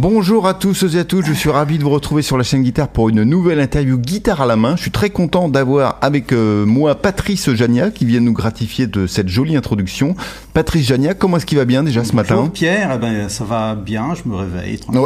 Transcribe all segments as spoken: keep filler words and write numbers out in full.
Bonjour à tous et à toutes, je suis ravi de vous retrouver sur la chaîne Guitare pour une nouvelle interview guitare à la main. Je suis très content d'avoir avec euh, moi Patrice Jania qui vient nous gratifier de cette jolie introduction. Patrice Jania, comment est-ce qu'il va bien déjà ce matin? Bonjour Pierre, eh ben, ça va bien, je me réveille tranquille. Ouais.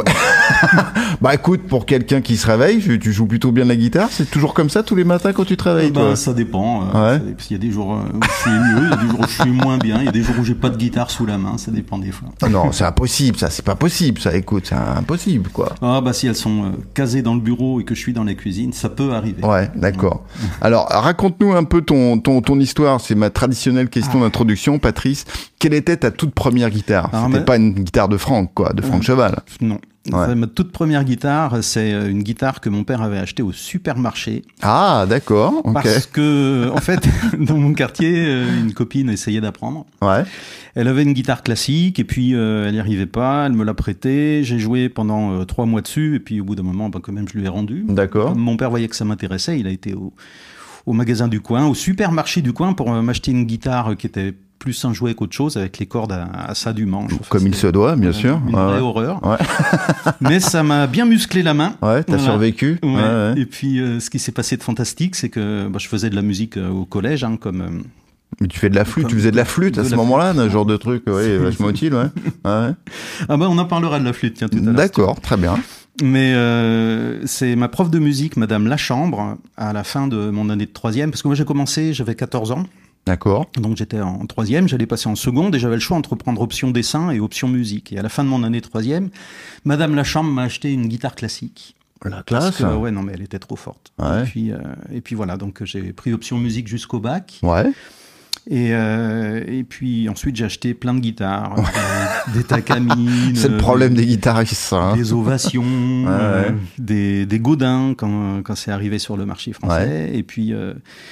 Bah écoute, pour quelqu'un qui se réveille, tu joues plutôt bien de la guitare, c'est toujours comme ça tous les matins quand tu te réveilles? Eh ben, ça dépend, euh, ouais. il y a des jours où je suis mieux, il y a des jours où je suis moins bien, il y a des jours où j'ai pas de guitare sous la main, ça dépend des fois. Non, c'est impossible ça, c'est pas possible ça, écoute, c'est impossible quoi. Ah bah si elles sont euh, casées dans le bureau et que je suis dans la cuisine, ça peut arriver. Ouais, d'accord. Alors raconte-nous un peu ton, ton, ton histoire, c'est ma traditionnelle question ah. d'introduction, Patrice. Quelle était ta toute première guitare? Alors, C'était mais... pas une guitare de Franck quoi, de Franck euh, Cheval? Non. Ouais. Enfin, ma toute première guitare, c'est une guitare que mon père avait achetée au supermarché. Ah, d'accord. Okay. Parce que, en fait, dans mon quartier, une copine essayait d'apprendre. Ouais. Elle avait une guitare classique et puis euh, elle n'y arrivait pas. Elle me l'a prêtée. J'ai joué pendant euh, trois mois dessus et puis au bout d'un moment, ben, quand même, je lui ai rendu. D'accord. Mon père voyait que ça m'intéressait. Il a été au, au magasin du coin, au supermarché du coin pour euh, m'acheter une guitare qui était plus un jouet qu'autre chose, avec les cordes à, à ça du manche. Enfin, comme il se doit, bien sûr. Une ouais, vraie ouais. horreur. Ouais. Mais ça m'a bien musclé la main. Ouais, t'as voilà. survécu. Ouais. Ouais, ouais. Et puis, euh, ce qui s'est passé de fantastique, c'est que bah, je faisais de la musique euh, au collège, hein, comme... Euh, Mais tu fais de la flûte, comme, tu faisais de la flûte de à ce moment-là, un genre de truc, ouais, vachement utile, ouais. ouais. Ah bah, on en parlera de la flûte, tiens, tout à l'heure. D'accord, très bien. Mais euh, c'est ma prof de musique, Madame Lachambre, à la fin de mon année de troisième, parce que moi j'ai commencé, j'avais quatorze ans. D'accord. Donc j'étais en troisième, j'allais passer en seconde et j'avais le choix entre prendre option dessin et option musique. Et à la fin de mon année de troisième, Madame Lachambre m'a acheté une guitare classique. La classe. Que, ouais, non mais elle était trop forte. Ouais. Et puis euh, et puis voilà, donc j'ai pris option musique jusqu'au bac. Ouais. Et, euh, et puis ensuite j'ai acheté plein de guitares, euh, des Takamine. C'est le problème des, des guitaristes, hein. Des Ovations, ouais, euh, ouais. des, des Godin quand, quand c'est arrivé sur le marché français. Ouais. Et puis euh,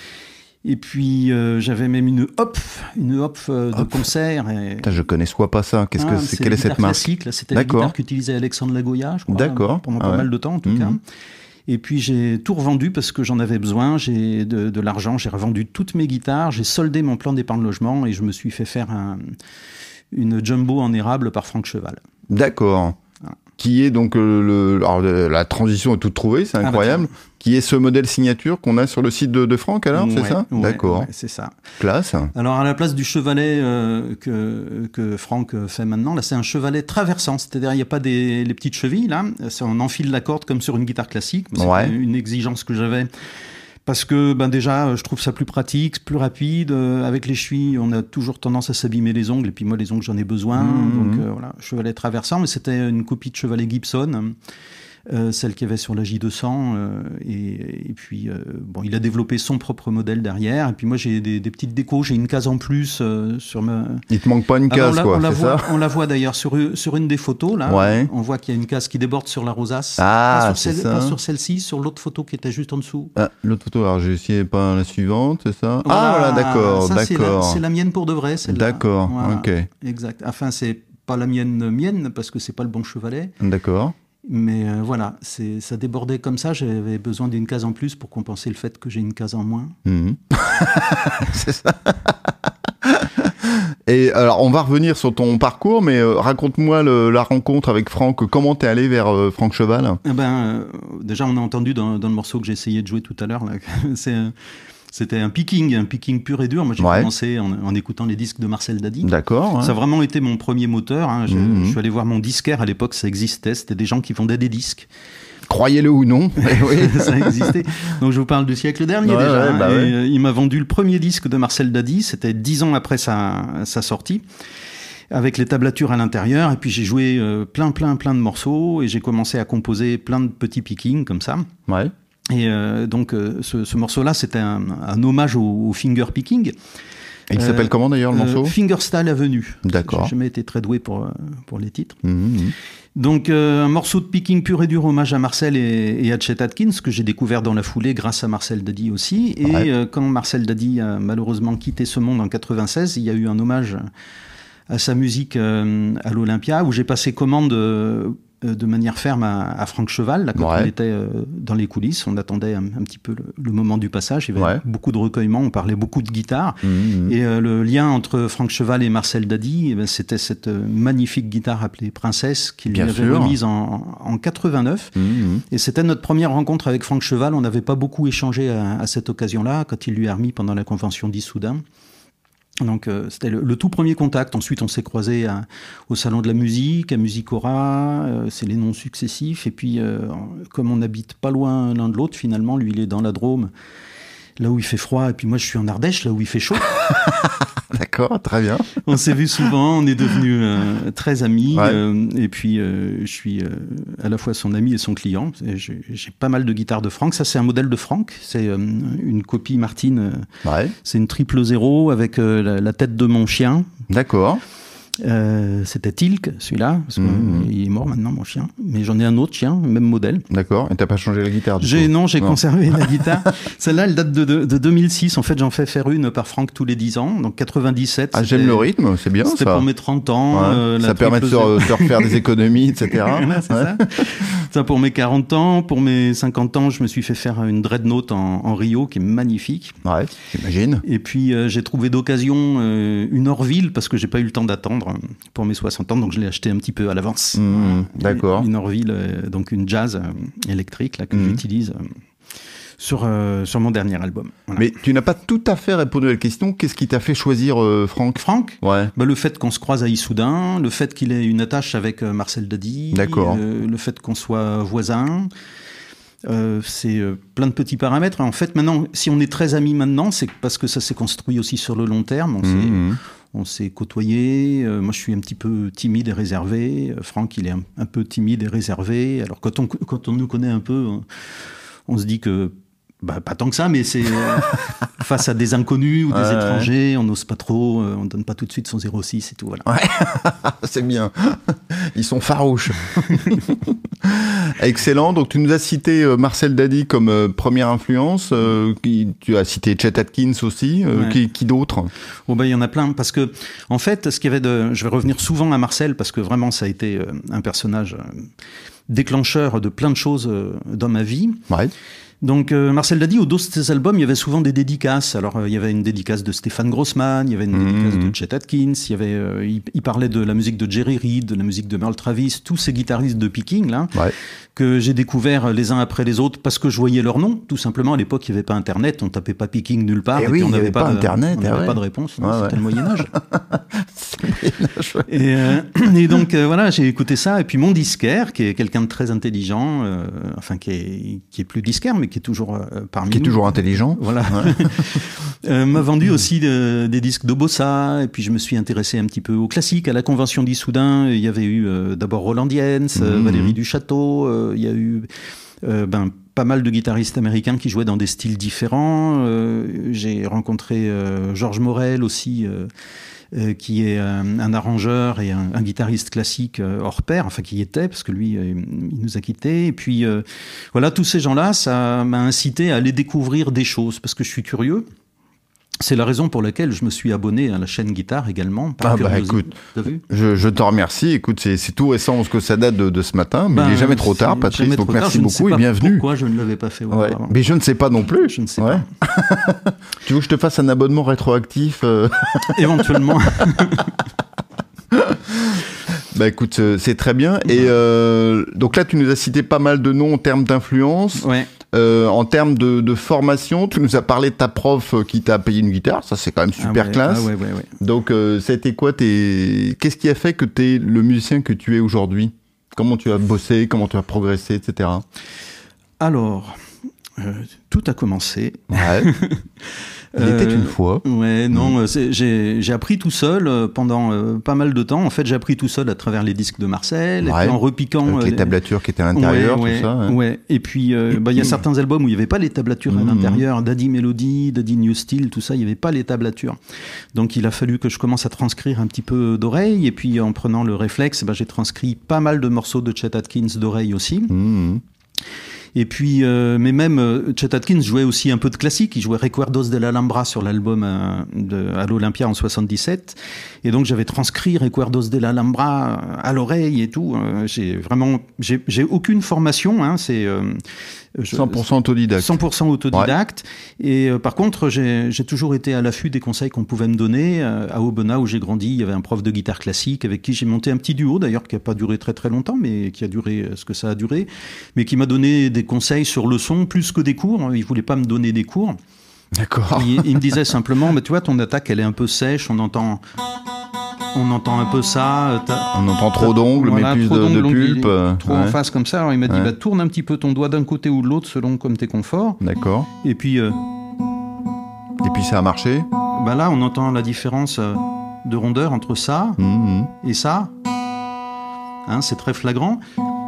et puis euh, j'avais même une Hopf, une Hopf euh, de Hop. concert. Et... Putain, je connais soit pas ça. Qu'est-ce ah, que c'est, quelle est cette marque? Classique, là, c'était la guitare qu'utilisait Alexandre Lagoya, je crois. D'accord. Pendant ah pas ouais. mal de temps en tout mmh. cas. Et puis j'ai tout revendu parce que j'en avais besoin, j'ai de, de l'argent, j'ai revendu toutes mes guitares, j'ai soldé mon plan d'épargne logement et je me suis fait faire un, une jumbo en érable par Franck Cheval. D'accord. Ah. Qui est donc euh, le, alors, la transition est toute trouvée, c'est incroyable. Ah bah, qui est ce modèle signature qu'on a sur le site de, de Franck alors, ouais, c'est ça? Ouais, D'accord. Ouais, c'est ça. Classe. Alors à la place du chevalet euh, que, que Franck fait maintenant, là c'est un chevalet traversant, c'est-à-dire il n'y a pas des les petites chevilles là, on enfile la corde comme sur une guitare classique. C'est ouais. une exigence que j'avais. Parce que ben déjà, je trouve ça plus pratique, plus rapide. Euh, avec les chevilles, on a toujours tendance à s'abîmer les ongles. Et puis moi, les ongles, j'en ai besoin. Mmh, donc mmh. Euh, voilà, chevalet traversant. Mais c'était une copie de chevalet Gibson, euh, celle qu'il y avait sur la J deux cents. Euh, et, et puis, euh, bon, il a développé son propre modèle derrière. Et puis moi, j'ai des, des petites décos. J'ai une case en plus euh, sur ma... Il te manque pas une case, Alors, quoi, on la c'est voit, ça? On la voit d'ailleurs sur, sur une des photos, là. Ouais. On voit qu'il y a une case qui déborde sur la rosace. Ah, pas sur, c'est celle, ça. pas sur celle-ci, sur l'autre photo qui était juste en dessous. Ah, l'autre photo, alors j'ai essayé pas la suivante, c'est ça? Voilà, ah, voilà, d'accord, ça, d'accord. C'est la, c'est la mienne pour de vrai, celle-là. D'accord, voilà, ok. Exact. Enfin, c'est pas la mienne mienne, parce que c'est pas le bon chevalet. D'accord. Mais euh, voilà, c'est, ça débordait comme ça, j'avais besoin d'une case en plus pour compenser le fait que j'ai une case en moins. Mmh. C'est ça. Et alors, on va revenir sur ton parcours, mais euh, raconte-moi le, la rencontre avec Franck. Comment t'es allé vers euh, Franck Cheval? Eh ben, euh, déjà, on a entendu dans, dans le morceau que j'ai essayé de jouer tout à l'heure, là, c'est... Euh, C'était un picking, un picking pur et dur. Moi, j'ai ouais. commencé en, en écoutant les disques de Marcel Dady. D'accord. Ouais. Ça a vraiment été mon premier moteur. Hein. Je, mmh. je suis allé voir mon disquaire. À l'époque, ça existait. C'était des gens qui vendaient des disques. Croyez-le ou non. Oui, ça existait. Donc, je vous parle du siècle dernier ouais, déjà. Ouais, bah et, ouais. euh, il m'a vendu le premier disque de Marcel Dady. C'était dix ans après sa, sa sortie, avec les tablatures à l'intérieur. Et puis, j'ai joué euh, plein, plein, plein de morceaux. Et j'ai commencé à composer plein de petits pickings comme ça. Ouais. Et euh, donc, euh, ce, ce morceau-là, c'était un, un hommage au, au finger picking. Et il euh, s'appelle comment d'ailleurs le morceau? euh, Fingerstyle Avenue. D'accord. J'ai jamais été très doué pour, pour les titres. Mmh. Donc, euh, un morceau de picking pur et dur, hommage à Marcel et, et à Chet Atkins, que j'ai découvert dans la foulée grâce à Marcel Dady aussi. Et ouais. euh, quand Marcel Dady a malheureusement quitté ce monde en quatre-vingt-seize, il y a eu un hommage à sa musique euh, à l'Olympia, où j'ai passé commande euh, euh, de manière ferme à, à Franck Cheval, là, quand ouais. on était euh, dans les coulisses. On attendait un, un petit peu le, le moment du passage. Il y avait ouais. beaucoup de recueillements, on parlait beaucoup de guitare. Mmh. Et euh, le lien entre Franck Cheval et Marcel Dady, eh ben, c'était cette euh, magnifique guitare appelée Princesse qu'il lui avait sûr. remise en, en quatre-vingt-neuf. Mmh. Et c'était notre première rencontre avec Franck Cheval. On n'avait pas beaucoup échangé à, à cette occasion-là, quand il lui a remis pendant la convention d'Issoudun. Donc euh, c'était le, le tout premier contact. Ensuite, on s'est croisés à, au Salon de la Musique, à Musicora, euh, c'est les noms successifs. Et puis, euh, comme on n'habite pas loin l'un de l'autre, finalement, lui, il est dans la Drôme, là où il fait froid, et puis moi, je suis en Ardèche, là où il fait chaud. D'accord, très bien. On s'est vu souvent, on est devenus euh, très amis, ouais. euh, et puis euh, je suis euh, à la fois son ami et son client. J'ai, j'ai pas mal de guitares de Franck. Ça, c'est un modèle de Franck. C'est euh, une copie Martine. Euh, ouais. C'est une triple zéro avec euh, la, la tête de mon chien. D'accord. Euh, c'était Tilk, celui-là, parce mmh. qu'il est mort maintenant, mon chien. Mais j'en ai un autre chien, même modèle. D'accord. Et t'as pas changé la guitare du j'ai, coup Non, j'ai non. conservé la guitare. Celle-là, elle date de, de, de deux mille six. En fait, j'en fais faire une par Franck tous les dix ans. Donc quatre-vingt-dix-sept. Ah, j'aime le rythme, c'est bien c'était ça. pour mes trente ans. Ouais. Euh, ça permet de se, se refaire des économies, et cetera. Voilà, c'est ouais. ça. Ça pour mes quarante ans. Pour mes cinquante ans, je me suis fait faire une Dreadnought en, en Rio qui est magnifique. Ouais, j'imagine. Et puis, euh, j'ai trouvé d'occasion euh, une Orville parce que j'ai pas eu le temps d'attendre pour mes soixante ans, donc je l'ai acheté un petit peu à l'avance. Mmh, d'accord. Une Orville, euh, donc une jazz euh, électrique là, que mmh. j'utilise euh, sur, euh, sur mon dernier album. Voilà. Mais tu n'as pas tout à fait répondu à la question. Qu'est-ce qui t'a fait choisir euh, Franck Franck ouais. bah, Le fait qu'on se croise à Issoudun, le fait qu'il ait une attache avec euh, Marcel Dady, d'accord. Euh, le fait qu'on soit voisins. Euh, c'est euh, plein de petits paramètres. En fait, maintenant, si on est très amis maintenant, c'est parce que ça s'est construit aussi sur le long terme. On mmh. s'est... On s'est côtoyés. Euh, moi, je suis un petit peu timide et réservé. Euh, Franck, il est un, un peu timide et réservé. Alors, quand on, quand on nous connaît un peu, on, on se dit que, bah, pas tant que ça, mais c'est euh, face à des inconnus ou des ouais, étrangers, ouais. on n'ose pas trop, euh, on ne donne pas tout de suite son zéro six et tout. Voilà. Ouais. C'est bien. Ils sont farouches. Excellent. Donc, tu nous as cité euh, Marcel Dady comme euh, première influence. Euh, qui, tu as cité Chet Atkins aussi. Euh, ouais. Qui, qui d'autre ? Oh ben, il y en a plein. Parce que, en fait, ce qu'il y avait de. Je vais revenir souvent à Marcel parce que vraiment, ça a été euh, un personnage euh, déclencheur de plein de choses euh, dans ma vie. Ouais. Donc euh, Marcel Dady, au dos de ses albums, il y avait souvent des dédicaces. Alors euh, il y avait une dédicace de Stéphane Grossman, il y avait une mmh. dédicace de Chet Atkins, il y avait, euh, il, il parlait de la musique de Jerry Reed, de la musique de Merle Travis, tous ces guitaristes de picking là, ouais. que j'ai découvert les uns après les autres parce que je voyais leur nom. Tout simplement, à l'époque, il n'y avait pas Internet, on tapait pas picking nulle part, et, et oui, puis on n'avait pas, pas, Internet, on n'avait ouais. pas de réponse. Ouais, c'était ouais. le Moyen Âge. C'est le Moyen Âge. Ouais. Et, euh, et donc euh, voilà, j'ai écouté ça. Et puis mon disquaire, qui est quelqu'un de très intelligent, euh, enfin qui est qui est plus disquaire, mais qui est toujours euh, parmi qui nous. est toujours intelligent. Voilà. Ouais. euh, m'a vendu aussi de, des disques de bossa. Et puis je me suis intéressé un petit peu au classique. À la convention d'Issoudun, il y avait eu euh, d'abord Roland Diens, euh, mmh. Valérie Duchâteau. Euh, il y a eu euh, ben pas mal de guitaristes américains qui jouaient dans des styles différents. Euh, j'ai rencontré euh, Georges Morel aussi. Euh, Euh, qui est un, un arrangeur et un, un guitariste classique euh, hors pair, enfin qui était, parce que lui, euh, il nous a quittés. Et puis, euh, voilà, tous ces gens-là, ça m'a incité à aller découvrir des choses, parce que je suis curieux. C'est la raison pour laquelle je me suis abonné à la chaîne Guitare également. Par ah bah écoute, je, je te remercie. Écoute, c'est, c'est tout récent parce que ça date de, de ce matin, mais ben, il n'est jamais trop tard, Patrice. Donc merci beaucoup et bienvenue. Pourquoi je ne l'avais pas fait ouais. Mais je ne sais pas non plus. Je ne sais ouais. pas. Tu veux que je te fasse un abonnement rétroactif euh... Éventuellement. Bah écoute, c'est très bien. Et euh, donc là, tu nous as cité pas mal de noms en termes d'influence. Ouais. Euh, en termes de, de formation, tu nous as parlé de ta prof qui t'a payé une guitare. Ça, c'est quand même super ah ouais, classe. Ah ouais, ouais, ouais. Donc, euh, ça a été quoi tes... Qu'est-ce qui a fait que tu es le musicien que tu es aujourd'hui ? Comment tu as bossé ? Comment tu as progressé, et cetera. Alors, euh, tout a commencé. Ouais. Il euh, était une fois. Ouais, non, mmh. c'est, j'ai, j'ai appris tout seul euh, pendant euh, pas mal de temps. En fait, j'ai appris tout seul à travers les disques de Marcel, ouais. et puis en repiquant... Avec euh, les tablatures qui étaient à l'intérieur, ouais, tout ouais, ça. Ouais, ouais. Et puis, il euh, bah, y a certains albums où il n'y avait pas les tablatures mmh. à l'intérieur. Daddy Melody, Daddy New Steel, tout ça, il n'y avait pas les tablatures. Donc, il a fallu que je commence à transcrire un petit peu d'oreille. Et puis, en prenant le réflexe, bah, j'ai transcrit pas mal de morceaux de Chet Atkins d'oreille aussi. Mmh. Et puis, euh, mais même euh, Chet Atkins jouait aussi un peu de classique. Il jouait Recuerdos de l'Alhambra sur l'album euh, de, à l'Olympia en soixante-dix-sept. Et donc, j'avais transcrit Recuerdos de l'Alhambra à l'oreille et tout. Euh, j'ai vraiment, j'ai, j'ai aucune formation. Hein, c'est euh, je, cent pour cent autodidacte. cent pour cent autodidacte. Ouais. Et euh, par contre, j'ai, j'ai toujours été à l'affût des conseils qu'on pouvait me donner. Euh, à Aubenas, où j'ai grandi, il y avait un prof de guitare classique avec qui j'ai monté un petit duo, d'ailleurs, qui n'a pas duré très très longtemps, mais qui a duré ce que ça a duré, mais qui m'a donné des conseils sur le son plus que des cours. Il voulait pas me donner des cours. D'accord. Il, il me disait simplement, mais tu vois, ton attaque, elle est un peu sèche, on entend... On entend un peu ça. On entend trop d'ongles, voilà, mais plus de, de pulpe. Trop ouais. en face comme ça. Alors il m'a dit, ouais. bah, tourne un petit peu ton doigt d'un côté ou de l'autre selon comme tes conforts. D'accord. Et puis. Euh, et puis ça a marché. Bah là, on entend la différence de rondeur entre ça mmh. et ça. Hein, c'est très flagrant.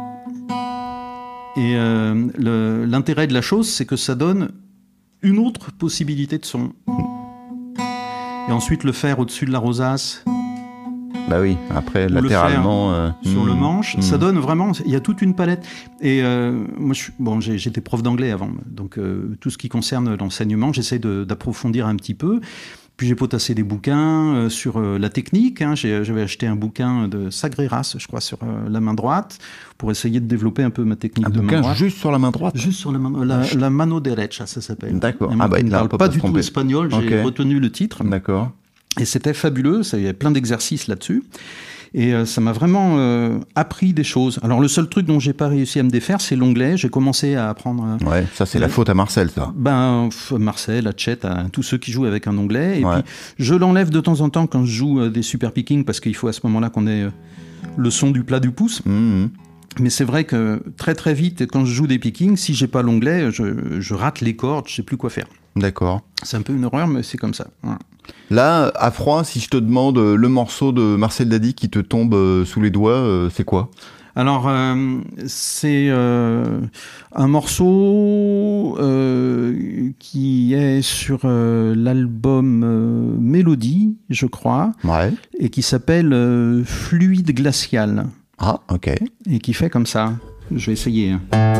Et euh, le, l'intérêt de la chose, c'est que ça donne une autre possibilité de son. Et ensuite, le faire au-dessus de la rosace. Bah oui, après, latéralement. Euh, sur mmh, le manche, mmh. ça donne vraiment. Il y a toute une palette. Et euh, moi, je, bon, j'ai, j'étais prof d'anglais avant. Donc, euh, tout ce qui concerne l'enseignement, j'essaie de, d'approfondir un petit peu. Puis, j'ai potassé des bouquins euh, sur euh, la technique. Hein. J'ai, j'avais acheté un bouquin de Sagreras, je crois, sur euh, la main droite, pour essayer de développer un peu ma technique un de main droite. Un bouquin juste sur la main droite Juste sur la main la, la mano derecha, ça s'appelle. D'accord. Ah bah, il ne parle pas, pas du tromper. tout espagnol, j'ai okay. retenu le titre. D'accord. Et c'était fabuleux, il y avait plein d'exercices là-dessus. Et euh, ça m'a vraiment euh, appris des choses. Alors, le seul truc dont j'ai pas réussi à me défaire, c'est l'onglet. J'ai commencé à apprendre... Euh, ouais, ça, c'est euh, la faute à Marcel, ça. Ben, Marcel, à Chet, à tous ceux qui jouent avec un onglet. Et ouais. puis, je l'enlève de temps en temps quand je joue euh, des super picking, parce qu'il faut à ce moment-là qu'on ait euh, le son du plat du pouce. Mmh. Mais c'est vrai que très très vite, quand je joue des pickings, si j'ai pas l'onglet, je, je rate les cordes, je sais plus quoi faire. D'accord. C'est un peu une horreur, mais c'est comme ça. Ouais. Là, à froid, si je te demande le morceau de Marcel Dady qui te tombe sous les doigts, c'est quoi ? Alors, euh, c'est euh, un morceau euh, qui est sur euh, l'album euh, Mélodie, je crois, ouais. et qui s'appelle euh, Fluide glacial. Ah, ok. Et qui fait comme ça. Je vais essayer.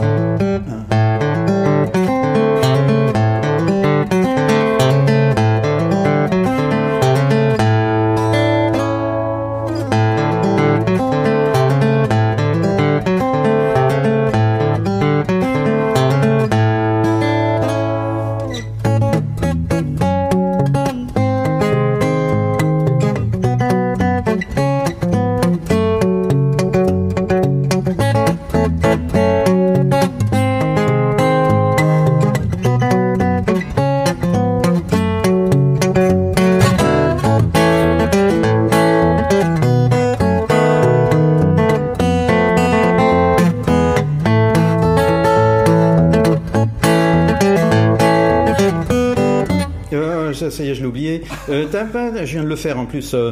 Ça y est, je l'ai oublié. Euh, t'as pas, je viens de le faire en plus. Euh...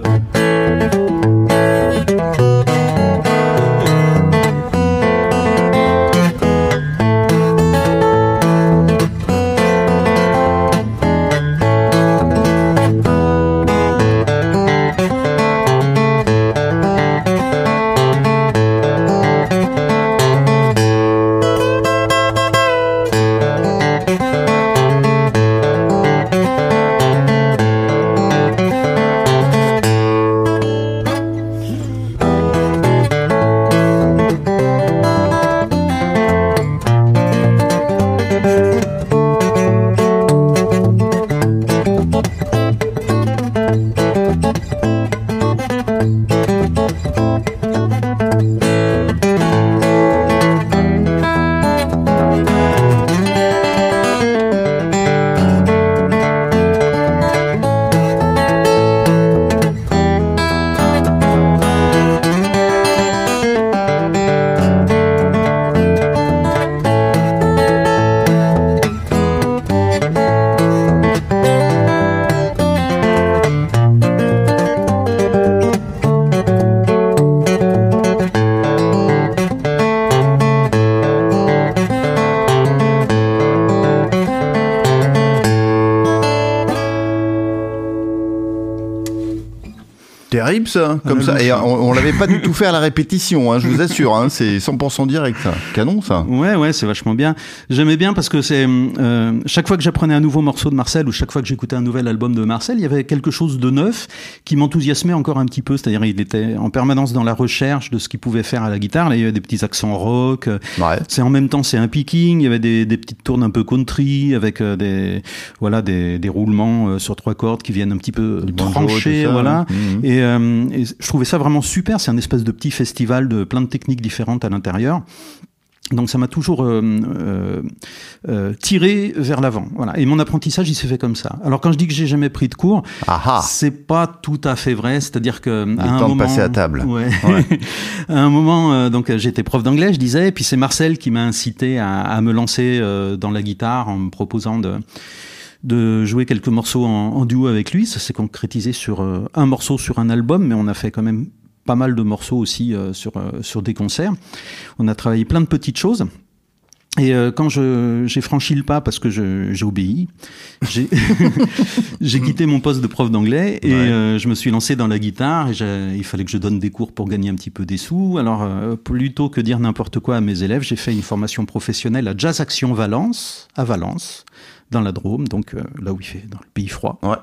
terrible ça, comme ça. Et on, on l'avait pas du tout fait à la répétition, hein, je vous assure. Hein, c'est cent pour cent direct, ça. Canon, ça. Ouais, ouais, c'est vachement bien. J'aimais bien parce que c'est euh, chaque fois que j'apprenais un nouveau morceau de Marcel ou chaque fois que j'écoutais un nouvel album de Marcel, il y avait quelque chose de neuf qui m'enthousiasmait encore un petit peu. C'est-à-dire, il était en permanence dans la recherche de ce qu'il pouvait faire à la guitare. Là, il y avait des petits accents rock. Ouais. C'est en même temps, c'est un picking. Il y avait des, des petites tournes un peu country avec euh, des voilà des, des roulements euh, sur trois cordes qui viennent un petit peu trancher, ça, voilà. Mmh. Et, euh, et je trouvais ça vraiment super. C'est un espèce de petit festival de plein de techniques différentes à l'intérieur. Donc ça m'a toujours euh, euh, euh, tiré vers l'avant. Voilà. Et mon apprentissage, il s'est fait comme ça. Alors quand je dis que j'ai jamais pris de cours, Aha. c'est pas tout à fait vrai. C'est-à-dire que il à est un temps moment, de passer à table. Ouais. Ouais. À un moment, euh, donc j'étais prof d'anglais, je disais, et puis c'est Marcel qui m'a incité à, à me lancer euh, dans la guitare en me proposant de de jouer quelques morceaux en, en duo avec lui. Ça s'est concrétisé sur euh, un morceau sur un album, mais on a fait quand même pas mal de morceaux aussi euh, sur, euh, sur des concerts. On a travaillé plein de petites choses. Et euh, quand je, j'ai franchi le pas, parce que je, j'ai obéi, j'ai, j'ai quitté mon poste de prof d'anglais et ouais. euh, je me suis lancé dans la guitare. Et j'ai, il fallait que je donne des cours pour gagner un petit peu des sous. Alors, euh, plutôt que dire n'importe quoi à mes élèves, j'ai fait une formation professionnelle à Jazz Action Valence, à Valence, dans la Drôme, donc euh, là où il fait, dans le pays froid. Ouais.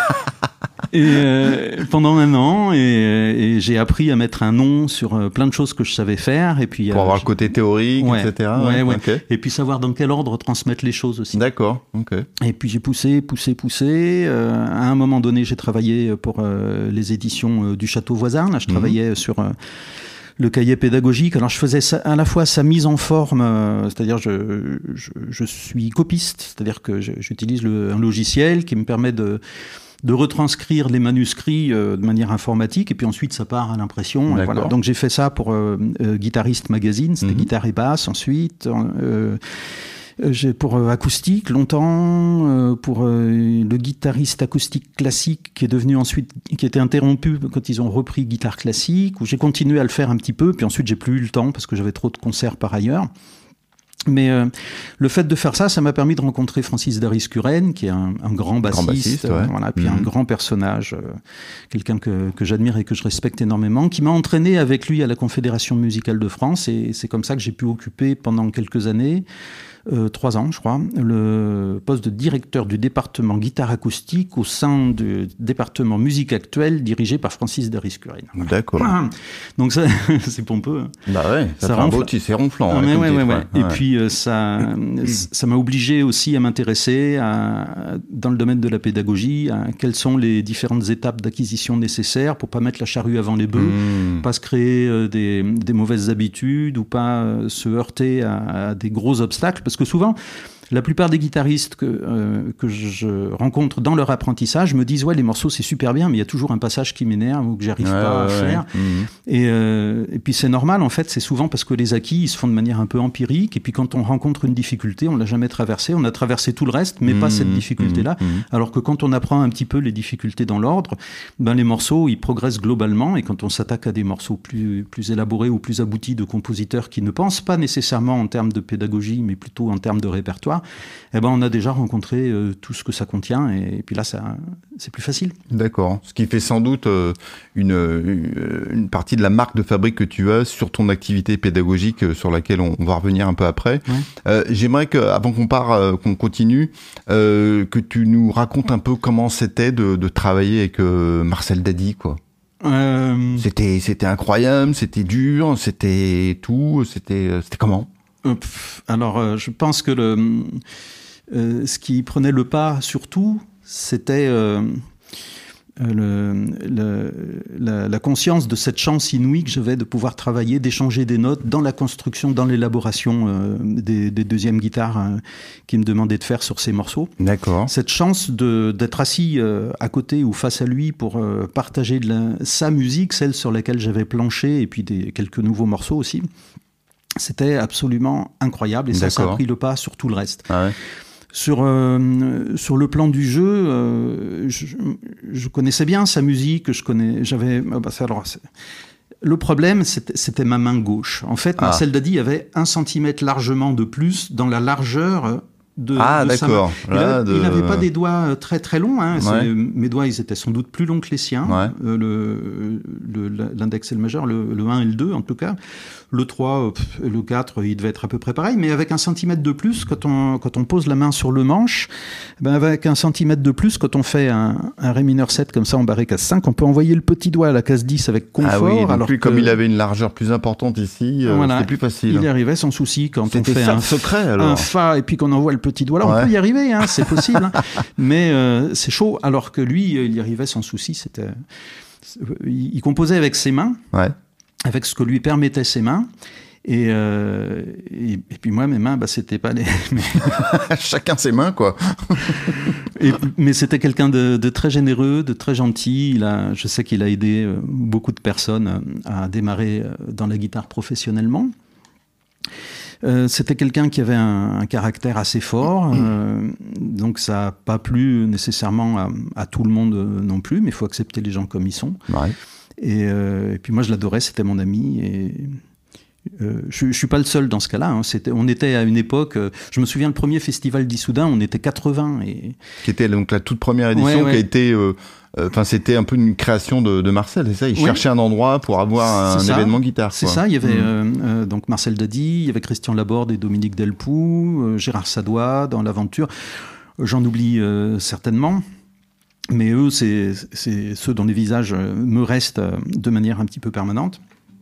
Et euh, pendant un an, et, et j'ai appris à mettre un nom sur euh, plein de choses que je savais faire. Et puis, pour euh, avoir le côté théorique, ouais, et cetera. Ouais, ouais. Okay. Et puis savoir dans quel ordre transmettre les choses aussi. D'accord. Okay. Et puis j'ai poussé, poussé, poussé. Euh, à un moment donné, j'ai travaillé pour euh, les éditions euh, du Château Voisin. Là, je travaillais mmh. sur... Euh, le cahier pédagogique. Alors je faisais ça, à la fois sa mise en forme, euh, c'est-à-dire je, je, je suis copiste, c'est-à-dire que je, j'utilise le, un logiciel qui me permet de, de retranscrire les manuscrits euh, de manière informatique, et puis ensuite ça part à l'impression. Et voilà. Donc j'ai fait ça pour euh, euh, Guitariste Magazine, c'était mmh. guitare et basse ensuite. Euh, J'ai pour euh, acoustique longtemps, euh, pour euh, le guitariste acoustique classique qui est devenu ensuite, qui était interrompu quand ils ont repris guitare classique, où j'ai continué à le faire un petit peu, puis ensuite j'ai plus eu le temps parce que j'avais trop de concerts par ailleurs. Mais euh, le fait de faire ça, ça m'a permis de rencontrer Francis Daris-Curène, qui est un, un grand bassiste, grand bassiste ouais. euh, voilà, puis mmh. un grand personnage, euh, quelqu'un que, que j'admire et que je respecte énormément, qui m'a entraîné avec lui à la Confédération musicale de France, et c'est comme ça que j'ai pu occuper pendant quelques années, euh, trois ans je crois, le poste de directeur du département guitare acoustique au sein du département musique actuelle dirigé par Francis Daris-Curène. D'accord. Voilà. Donc ça, c'est pompeux. Bah ouais, ça, ça fait un beau titre, c'est ronflant. Ah, hein, ouais, ouais, ouais, ouais. ouais. Et puis euh, ça, ça m'a obligé aussi à m'intéresser à, dans le domaine de la pédagogie, à quelles sont les différentes étapes d'acquisition nécessaires pour pas mettre la charrue avant les bœufs, mmh. pas se créer euh, des, des mauvaises habitudes ou pas euh, se heurter à, à des gros obstacles, parce que souvent la plupart des guitaristes que, euh, que je rencontre dans leur apprentissage me disent « Ouais, les morceaux, c'est super bien, mais il y a toujours un passage qui m'énerve ou que j'arrive ouais, pas ouais, à faire. Ouais. » mmh. et, euh, et puis c'est normal, en fait, c'est souvent parce que les acquis, ils se font de manière un peu empirique, et puis quand on rencontre une difficulté, on l'a jamais traversée, on a traversé tout le reste, mais mmh, pas cette difficulté-là. Mmh, mmh. Alors que quand on apprend un petit peu les difficultés dans l'ordre, ben les morceaux, ils progressent globalement, et quand on s'attaque à des morceaux plus, plus élaborés ou plus aboutis de compositeurs qui ne pensent pas nécessairement en termes de pédagogie, mais plutôt en termes de répertoire, eh ben on a déjà rencontré euh, tout ce que ça contient, et, et puis là ça c'est plus facile. D'accord. Ce qui fait sans doute euh, une, une une partie de la marque de fabrique que tu as sur ton activité pédagogique, euh, sur laquelle on, on va revenir un peu après. Ouais. Euh, j'aimerais que, avant qu'on part, euh, qu'on continue, euh, que tu nous racontes un peu comment c'était de, de travailler avec euh, Marcel Dady, quoi. Euh... C'était c'était incroyable, c'était dur, c'était tout, c'était c'était comment? Alors, euh, je pense que le, euh, ce qui prenait le pas surtout, c'était euh, le, le, la, la conscience de cette chance inouïe que j'avais de pouvoir travailler, d'échanger des notes dans la construction, dans l'élaboration euh, des, des deuxièmes guitares euh, qu'il me demandait de faire sur ces morceaux. D'accord. Cette chance de, d'être assis euh, à côté ou face à lui pour euh, partager de la, sa musique, celle sur laquelle j'avais planché, et puis des, quelques nouveaux morceaux aussi. C'était absolument incroyable, et ça, ça a pris le pas sur tout le reste. Ah ouais. Sur, euh, sur le plan du jeu, euh, je, je connaissais bien sa musique, je connais, j'avais, bah, alors, le problème, c'était, c'était ma main gauche. En fait, ah. Marcel Dady avait un centimètre largement de plus dans la largeur de, ah, de sa main. Là, il, a, de... il n'avait pas des doigts très très longs. Hein. Ouais. Mes doigts, ils étaient sans doute plus longs que les siens. Ouais. Euh, le, le, l'index et le majeur, le, le un et le deux en tout cas. Le trois et le quatre, il devait être à peu près pareil, mais avec un centimètre de plus quand on, quand on pose la main sur le manche, ben avec un centimètre de plus quand on fait un, un Ré mineur sept comme ça en barré case cinq, on peut envoyer le petit doigt à la case dix avec confort. Ah oui, donc alors lui, que, comme il avait une largeur plus importante ici, euh, voilà, c'était plus facile. Il y arrivait sans souci quand c'était on fait ça, un, secret, alors. un Fa et puis qu'on envoie le petit doigt là, ouais. on peut y arriver, hein, c'est possible, hein, mais euh, c'est chaud, alors que lui, il y arrivait sans souci. C'était, il, il composait avec ses mains, ouais. avec ce que lui permettaient ses mains. Et, euh, et, et puis moi, mes mains, bah, c'était pas les... Chacun ses mains, quoi. et, mais c'était quelqu'un de, de très généreux, de très gentil. Il a, je sais qu'il a aidé euh, beaucoup de personnes à démarrer euh, dans la guitare professionnellement. Euh, c'était quelqu'un qui avait un, un caractère assez fort, euh, donc ça n'a pas plu nécessairement à, à tout le monde euh, non plus, mais il faut accepter les gens comme ils sont. Ouais. Et, euh, et puis moi, je l'adorais, c'était mon ami. Et... Euh, je, je suis pas le seul dans ce cas-là. Hein. C'était, on était à une époque. Euh, je me souviens le premier festival d'Issoudun, on était quatre-vingts et qui était donc la toute première édition, ouais, ouais. qui a été. Enfin, euh, euh, c'était un peu une création de, de Marcel, c'est ça. Il oui. cherchait un endroit pour avoir un c'est événement guitare. C'est quoi. ça. Il y avait mmh. euh, euh, donc Marcel Dady, il y avait Christian Laborde et Dominique Delpoux, euh, Gérard Sadois dans l'aventure. J'en oublie euh, certainement. Mais eux, c'est, c'est ceux dont les visages me restent de manière un petit peu permanente.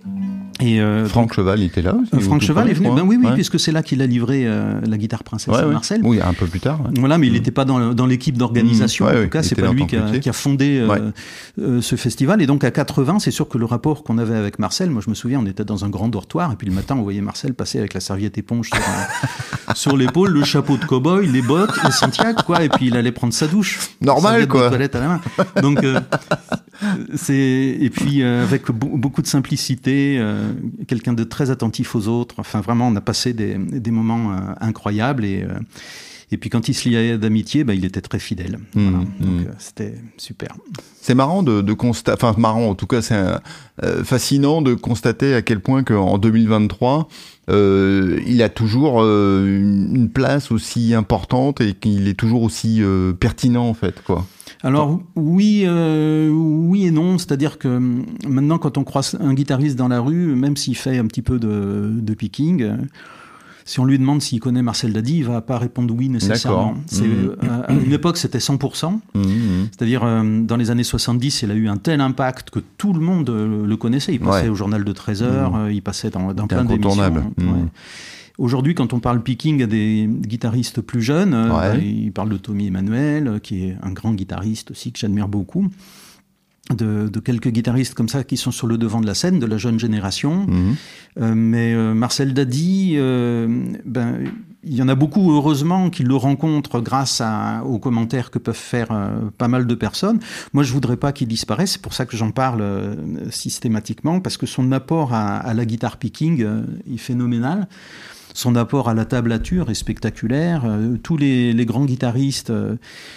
Et euh, Franck donc, Cheval, il était là aussi, euh, Franck Cheval est venu, ben oui, oui, ouais. puisque c'est là qu'il a livré euh, la guitare princesse ouais, à ouais. Marcel. Oui, un peu plus tard. Ouais. Voilà, mais il n'était mmh. pas dans, dans l'équipe d'organisation. Mmh. Ouais, en tout cas, c'est pas lui qui a, qui a fondé euh, ouais. euh, ce festival. Et donc à quatre-vingts, c'est sûr que le rapport qu'on avait avec Marcel, moi je me souviens, on était dans un grand dortoir, et puis le matin, on voyait Marcel passer avec la serviette éponge sur, euh, sur l'épaule, le chapeau de cow-boy, les bottes, le Santiago, quoi, et puis il allait prendre sa douche. Normal, quoi. De toilette à la main. Donc euh, c'est et puis euh, avec beaucoup de simplicité. Euh, quelqu'un de très attentif aux autres. Enfin, vraiment, on a passé des, des moments euh, incroyables. Et, euh, et puis, quand il se liait d'amitié, bah, il était très fidèle. Mmh, voilà. Donc, mmh. euh, c'était super. C'est marrant de, de constater... Enfin, marrant, en tout cas, c'est euh, fascinant de constater à quel point qu'en deux mille vingt-trois, euh, il a toujours euh, une place aussi importante et qu'il est toujours aussi euh, pertinent, en fait, quoi. Alors oui, euh, oui et non, c'est-à-dire que maintenant quand on croise un guitariste dans la rue, même s'il fait un petit peu de, de picking, euh, si on lui demande s'il connaît Marcel Dady, il va pas répondre oui nécessairement. C'est, mmh. euh, à une époque c'était cent pour cent, mmh. c'est-à-dire euh, dans les années soixante-dix, il a eu un tel impact que tout le monde euh, le connaissait. Il passait ouais. au journal de treize heures, mmh. euh, il passait dans, dans plein d'émissions. Mmh. Ouais. Aujourd'hui, quand on parle picking à des guitaristes plus jeunes, ouais. euh, ils parlent de Tommy Emmanuel, qui est un grand guitariste aussi, que j'admire beaucoup, de, de quelques guitaristes comme ça qui sont sur le devant de la scène, de la jeune génération. Mmh. Euh, mais euh, Marcel Dady, euh, ben, il y en a beaucoup, heureusement, qui le rencontrent grâce à, aux commentaires que peuvent faire euh, pas mal de personnes. Moi, je voudrais pas qu'il disparaisse, c'est pour ça que j'en parle euh, systématiquement, parce que son apport à, à la guitare picking euh, est phénoménal. Son apport à la tablature est spectaculaire. Euh, tous les, les grands guitaristes euh,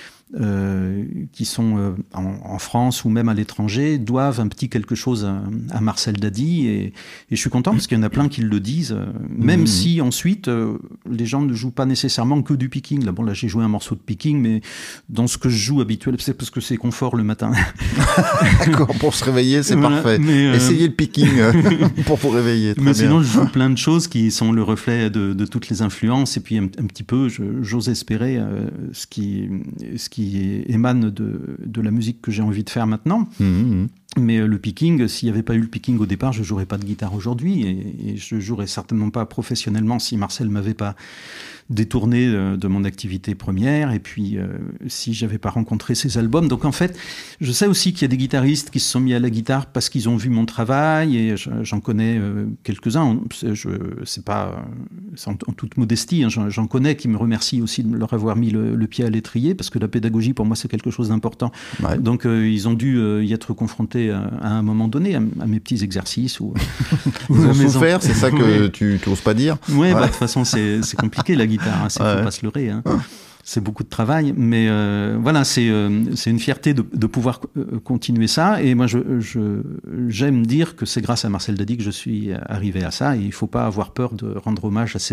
euh, qui sont euh, en, en France ou même à l'étranger doivent un petit quelque chose à, à Marcel Dady. Et, et je suis content parce qu'il y en a plein qui le disent, euh, même mmh. si ensuite euh, les gens ne jouent pas nécessairement que du picking. Là, bon, là j'ai joué un morceau de picking, mais dans ce que je joue habituel, c'est parce que c'est confort le matin. D'accord, pour se réveiller, c'est voilà, parfait. Mais, euh... Essayez le picking pour vous réveiller. Très mais bien. Sinon, je joue plein de choses qui sont le reflet de, de toutes les influences. Et puis, un, un petit peu, je, j'ose espérer euh, ce, qui, ce qui émane de, de la musique que j'ai envie de faire maintenant. Mmh. Mais euh, le picking, s'il n'y avait pas eu le picking au départ, je ne jouerais pas de guitare aujourd'hui. Et, et je ne jouerais certainement pas professionnellement si Marcel ne m'avait pas détourné de, de mon activité première, et puis euh, si j'avais pas rencontré ces albums. Donc en fait, je sais aussi qu'il y a des guitaristes qui se sont mis à la guitare parce qu'ils ont vu mon travail, et j'en connais euh, quelques-uns. Je, c'est pas c'est en, en toute modestie, hein, j'en, j'en connais qui me remercient aussi de leur avoir mis le, le pied à l'étrier, parce que la pédagogie pour moi c'est quelque chose d'important. Ouais. Donc euh, ils ont dû euh, y être confrontés à, à un moment donné à, à mes petits exercices ou, ou ils ont souffert, c'est ça que tu n'oses pas dire. Ouais, ouais. Bah, de toute façon c'est, c'est compliqué la guitare. Hein, c'est ouais. Faut pas se leurrer. Hein. C'est beaucoup de travail, mais euh, voilà, c'est euh, c'est une fierté de, de pouvoir euh, continuer ça. Et moi, je, je j'aime dire que c'est grâce à Marcel Dady que je suis arrivé à ça. Et il faut pas avoir peur de rendre hommage à ses aînés.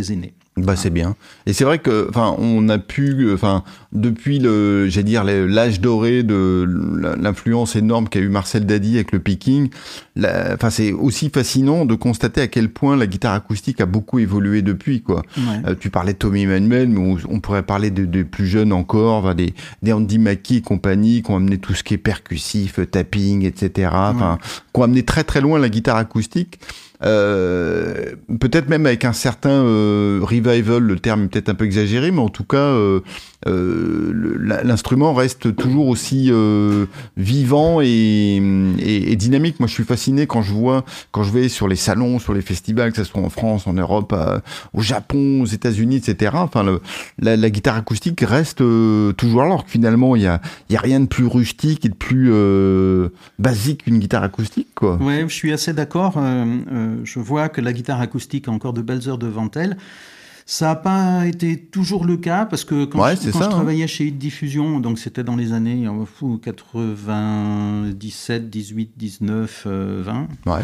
Bah c'est bien. Et c'est vrai que, enfin, on a pu, enfin, depuis le, j'allais dire l'âge doré de l'influence énorme qu'a eu Marcel Dady avec le picking. Enfin, c'est aussi fascinant de constater à quel point la guitare acoustique a beaucoup évolué depuis, quoi. Ouais. Euh, tu parlais de Tommy Emmanuel, mais on, on pourrait parler de, de plus jeunes encore, enfin, des, des Andy Mackey et compagnie, qui ont amené tout ce qui est percussif, tapping, et cetera. Enfin, ouais. qui ont amené très très loin la guitare acoustique. Euh, peut-être même avec un certain euh, revival, le terme est peut-être un peu exagéré, mais en tout cas, euh, euh, l'instrument reste toujours aussi euh, vivant et, et, et dynamique. Moi, je suis fasciné quand je vois, quand je vais sur les salons, sur les festivals, que ce soit en France, en Europe, euh, au Japon, aux États-Unis, et cetera. Enfin, le, la, la guitare acoustique reste euh, toujours là, alors que finalement, il y a, il y a rien de plus rustique et de plus euh, basique qu'une guitare acoustique, quoi. Ouais, je suis assez d'accord. Euh, euh, je vois que la guitare acoustique a encore de belles heures devant elle. Ça n'a pas été toujours le cas, parce que quand, ouais, je, quand ça, je travaillais hein. chez Hit Diffusion, donc c'était dans les années euh, quatre-vingt-dix-sept, dix-huit, dix-neuf, euh, vingt. Ouais.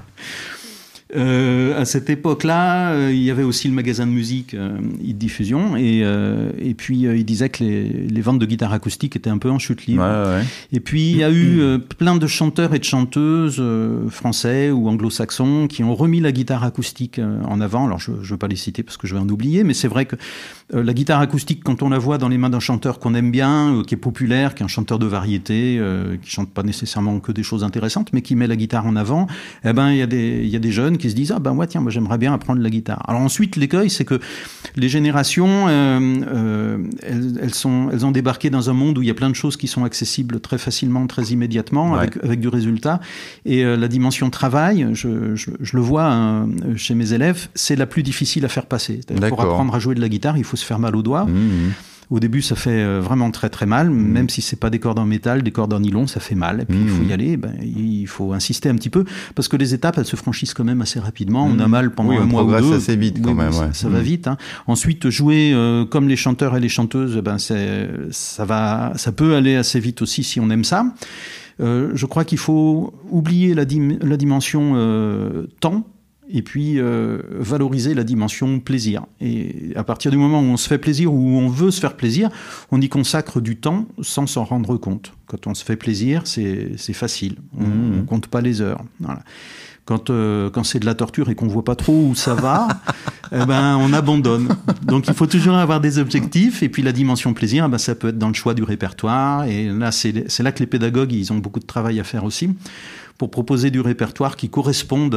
Euh, à cette époque-là, euh, il y avait aussi le magasin de musique euh, Hit Diffusion, et, euh, et puis euh, il disait que les, les ventes de guitares acoustiques étaient un peu en chute libre. Ouais, ouais. Et puis il y a eu euh, plein de chanteurs et de chanteuses euh, français ou anglo-saxons qui ont remis la guitare acoustique euh, en avant. Alors je ne veux pas les citer parce que je vais en oublier, mais c'est vrai que euh, la guitare acoustique, quand on la voit dans les mains d'un chanteur qu'on aime bien, euh, qui est populaire, qui est un chanteur de variété, euh, qui chante pas nécessairement que des choses intéressantes, mais qui met la guitare en avant, eh ben il y a des il y a des jeunes qui se disent ah ben ouais tiens moi j'aimerais bien apprendre la guitare. Alors ensuite l'écueil c'est que les générations euh, euh, elles, elles sont elles ont débarqué dans un monde où il y a plein de choses qui sont accessibles très facilement, très immédiatement, ouais. avec avec du résultat, et euh, la dimension travail, je, je, je le vois hein, chez mes élèves, c'est la plus difficile à faire passer. Pour apprendre à jouer de la guitare, il faut se faire mal aux doigts. Mmh. Au début, ça fait vraiment très très mal, mmh. même si c'est pas des cordes en métal, des cordes en nylon, ça fait mal. Et puis mmh. il faut y aller, ben, il faut insister un petit peu, parce que les étapes, elles se franchissent quand même assez rapidement. Mmh. On a mal pendant oui, un mois ou deux. On progresse assez vite quand oui, même. Ça, ouais. ça mmh. va vite. Hein. Ensuite, jouer euh, comme les chanteurs et les chanteuses, ben c'est, ça va, ça peut aller assez vite aussi si on aime ça. Euh, je crois qu'il faut oublier la, dim- la dimension euh, temps. Et puis euh, valoriser la dimension plaisir. Et à partir du moment où on se fait plaisir, où on veut se faire plaisir, on y consacre du temps sans s'en rendre compte. Quand on se fait plaisir, c'est, c'est facile. On ne mmh. compte pas les heures. Voilà. Quand, euh, quand c'est de la torture et qu'on ne voit pas trop où ça va, eh ben, on abandonne. Donc il faut toujours avoir des objectifs. Et puis la dimension plaisir, eh ben, ça peut être dans le choix du répertoire. Et là, c'est, c'est là que les pédagogues, ils ont beaucoup de travail à faire aussi, pour proposer du répertoire qui corresponde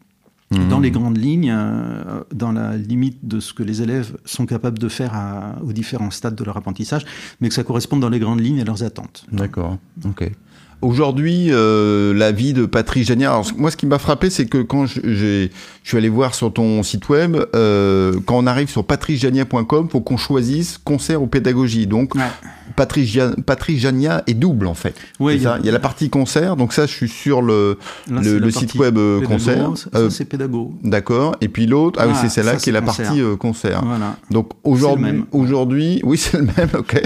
dans les grandes lignes, euh, dans la limite de ce que les élèves sont capables de faire à, aux différents stades de leur apprentissage, mais que ça corresponde dans les grandes lignes à leurs attentes. D'accord, ok. Aujourd'hui, euh, la vie de Patrice Jania. Alors, moi, ce qui m'a frappé, c'est que quand j'ai, je suis allé voir sur ton site web, euh, quand on arrive sur patrice jania point com, faut qu'on choisisse concert ou pédagogie. Donc, ouais. Patrice, Jan, Patrice Jania est double, en fait. Oui, il y, a... il y a la partie concert. Donc ça, je suis sur le, Là, le, le site web pédago, concert. Ça, euh, c'est pédago. D'accord. Et puis l'autre, ah, ah oui, c'est celle-là ça, qui est la concert. partie euh, concert. Voilà. Donc aujourd'hui, aujourd'hui, oui, c'est le même. Ok.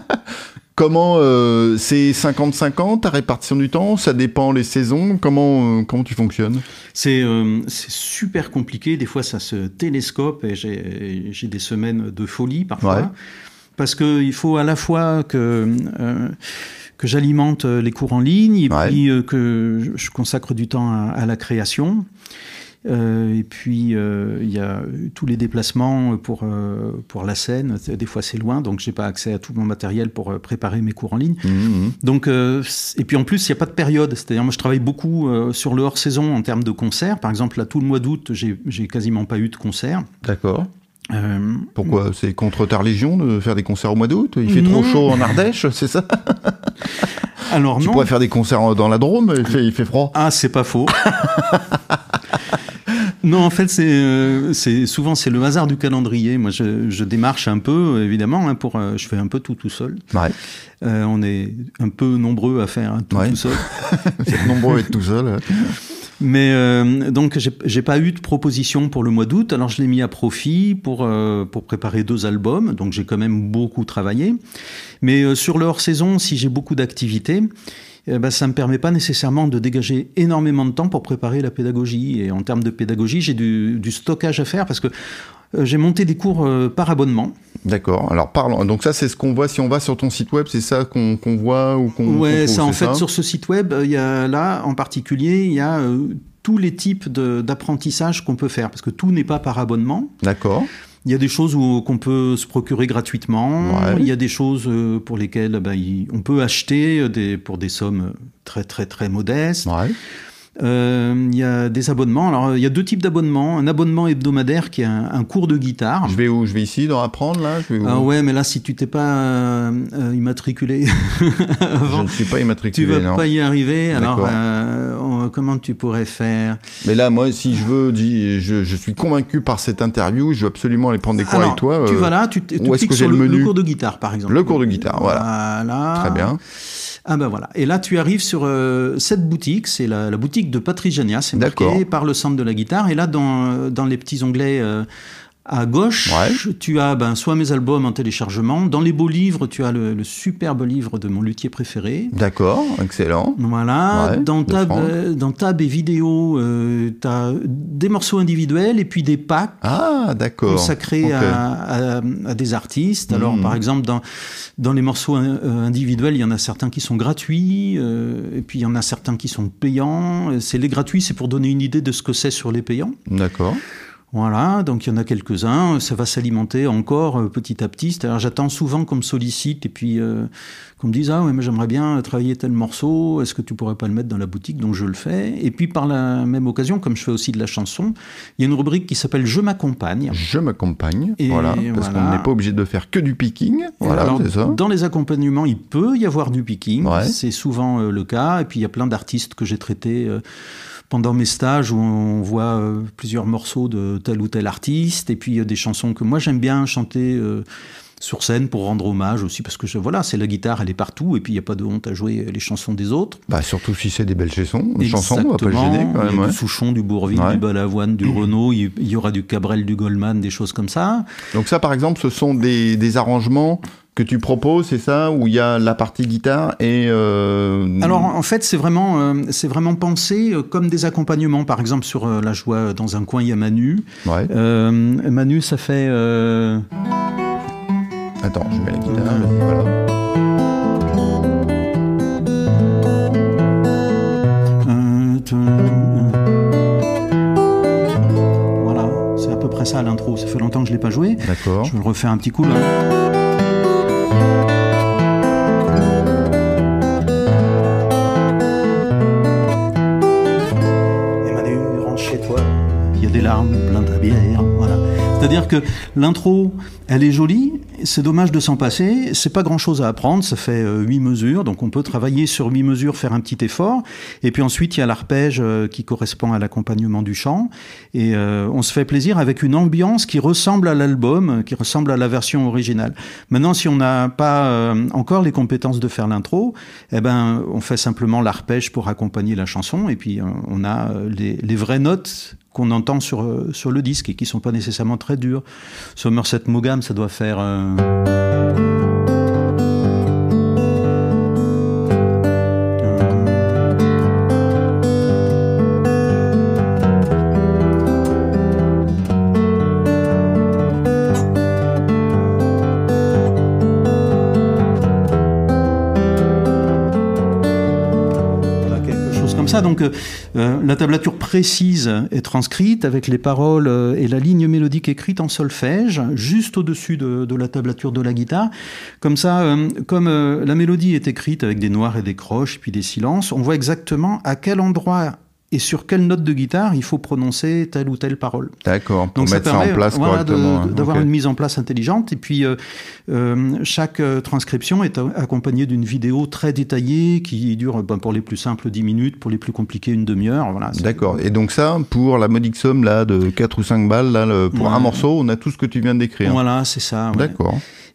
Comment euh, c'est cinquante cinquante ta répartition du temps? Ça dépend les saisons. Comment euh, comment tu fonctionnes? C'est euh, c'est super compliqué. Des fois, ça se télescope et j'ai j'ai des semaines de folie parfois, ouais. parce que il faut à la fois que euh, que j'alimente les cours en ligne et ouais. puis euh, que je consacre du temps à, à la création. Euh, et puis il euh, y a tous les déplacements pour euh, pour la scène. Des fois c'est loin, donc j'ai pas accès à tout mon matériel pour euh, préparer mes cours en ligne. Mmh. Donc euh, et puis en plus il y a pas de période. C'est-à-dire moi je travaille beaucoup euh, sur le hors saison en termes de concerts. Par exemple là tout le mois d'août j'ai j'ai quasiment pas eu de concert. D'accord. Euh, Pourquoi? C'est contre ta religion de faire des concerts au mois d'août? Il fait non. trop chaud en Ardèche, c'est ça? Alors tu non. pourrais faire des concerts dans la Drôme, il fait, il fait froid. Ah, c'est pas faux. Non, en fait, c'est, euh, c'est souvent c'est le hasard du calendrier. Moi, je, je démarche un peu, évidemment, hein, pour, euh, je fais un peu tout tout seul. Ouais. Euh, on est un peu nombreux à faire hein, tout ouais. tout seul. Vous êtes nombreux à être tout seul. Ouais. Mais euh, donc j'ai, j'ai pas eu de proposition pour le mois d'août, alors je l'ai mis à profit pour euh, pour préparer deux albums, donc j'ai quand même beaucoup travaillé. Mais euh, sur le hors-saison, si j'ai beaucoup d'activités, eh ben, ça me permet pas nécessairement de dégager énormément de temps pour préparer la pédagogie. Et en termes de pédagogie, j'ai du, du stockage à faire parce que euh, j'ai monté des cours euh, par abonnement. D'accord. Alors parlons. Donc ça, c'est ce qu'on voit si on va sur ton site web, c'est ça qu'on qu'on voit ou qu'on. Ouais, qu'on ça trouve, en fait ça sur ce site web, il y a là en particulier, il y a euh, tous les types de, d'apprentissage qu'on peut faire parce que tout n'est pas par abonnement. D'accord. Il y a des choses où, qu'on peut se procurer gratuitement. Ouais. Il y a des choses euh, pour lesquelles bah, il, on peut acheter des, pour des sommes très très très modestes. Ouais. Euh, il y a des abonnements. Alors, il y a deux types d'abonnements. Un abonnement hebdomadaire qui est un, un cours de guitare. Je vais où? Je vais ici dans apprendre là. Je vais où? Ah ouais, mais là, si tu t'es pas euh, euh, immatriculé avant, je ne suis pas immatriculé. tu vas non. pas y arriver. Alors, D'accord. euh, on- comment tu pourrais faire? Mais là, moi, si je veux, dis, je, je suis convaincu par cette interview, je veux absolument aller prendre des cours Alors, avec toi. tu euh, vas là, tu, tu où est-ce cliques que j'ai sur le le, menu le cours de guitare, par exemple. Le cours de guitare, voilà. Voilà. Très bien. Ah ben voilà. Et là, tu arrives sur euh, cette boutique, c'est la, la boutique de Patrice Jania, c'est marqué D'accord. par le centre de la guitare. Et là, dans, dans les petits onglets euh, à gauche, Ouais. tu as ben, soit mes albums en téléchargement. Dans les beaux livres, tu as le, le superbe livre de mon luthier préféré. D'accord, excellent. Voilà. Ouais, dans, de tab, Franck. euh, dans tab et vidéo, euh, tu as des morceaux individuels et puis des packs. Ah, d'accord. Consacrés Ok. à, à, à des artistes. Alors, Mhm. par exemple, dans, dans les morceaux euh, individuels, il y en a certains qui sont gratuits, euh, et puis il y en a certains qui sont payants. C'est les gratuits, c'est pour donner une idée de ce que c'est sur les payants. D'accord. Voilà, donc il y en a quelques-uns. Ça va s'alimenter encore euh, petit à petit. C'est-à-dire, j'attends souvent qu'on me sollicite et puis euh, qu'on me dise ah ouais, mais j'aimerais bien travailler tel morceau. Est-ce que tu pourrais pas le mettre dans la boutique? Donc je le fais. Et puis par la même occasion, comme je fais aussi de la chanson, il y a une rubrique qui s'appelle Je m'accompagne. Je m'accompagne. Et Voilà. Parce voilà. qu'on n'est pas obligé de faire que du picking. Voilà, Alors, c'est ça. dans les accompagnements, il peut y avoir du picking, Ouais. c'est souvent euh, le cas. Et puis il y a plein d'artistes que j'ai traités euh, pendant mes stages où on voit euh, plusieurs morceaux de tel ou tel artiste. Et puis il y a des chansons que moi j'aime bien chanter euh, sur scène pour rendre hommage aussi, parce que je, voilà, c'est la guitare, elle est partout. Et puis il n'y a pas de honte à jouer les chansons des autres. Bah, surtout si c'est des belles chansons. Des chansons, on va pas le Exactement. gêner quand Il y même. a Ouais. du Souchon, du Bourvil, Ouais. du Balavoine, du Renaud. Il il y aura du Cabrel, du Goldman, des choses comme ça. Donc ça, par exemple, ce sont des, des arrangements que tu proposes, c'est ça, où il y a la partie guitare et... Euh... Alors en fait c'est vraiment euh, c'est vraiment pensé euh, comme des accompagnements. Par exemple sur euh, la joie dans un coin il y a Manu. Ouais. Euh, Manu ça fait euh... Attends, je mets la guitare. Voilà. euh, t- Voilà, c'est à peu près ça l'intro. Ça fait longtemps que je l'ai pas joué. D'accord. Je vais le refaire un petit coup là. Et Manu, rentre chez toi, il y a des larmes plein ta bière, voilà. C'est-à-dire que l'intro, elle est jolie, c'est dommage de s'en passer, c'est pas grand-chose à apprendre, ça fait euh, huit mesures, donc on peut travailler sur huit mesures, faire un petit effort, et puis ensuite il y a l'arpège euh, qui correspond à l'accompagnement du chant, et euh, on se fait plaisir avec une ambiance qui ressemble à l'album, qui ressemble à la version originale. Maintenant, si on n'a pas euh, encore les compétences de faire l'intro, eh ben, on fait simplement l'arpège pour accompagner la chanson, et puis euh, on a euh, les, les vraies notes qu'on entend sur, euh, sur le disque et qui sont pas nécessairement très dures. Somerset Maugham, ça doit faire... Euh... Ça, donc euh, la tablature précise est transcrite avec les paroles euh, et la ligne mélodique écrite en solfège, juste au-dessus de, de la tablature de la guitare. Comme ça, euh, comme euh, la mélodie est écrite avec des noirs et des croches, puis des silences, on voit exactement à quel endroit et sur quelle note de guitare il faut prononcer telle ou telle parole. D'accord, pour Donc mettre ça, ça, permet, en place voilà, correctement. de, d'avoir okay. une mise en place intelligente. Et puis, euh, euh, chaque transcription est accompagnée d'une vidéo très détaillée qui dure, ben, pour les plus simples, dix minutes, pour les plus compliqués, une demi-heure. Voilà, D'accord. Et donc ça, pour la modique somme là, de quatre ou cinq balles, là, le, pour ouais. un morceau, on a tout ce que tu viens de décrire. Voilà, c'est ça. Ouais. D'accord.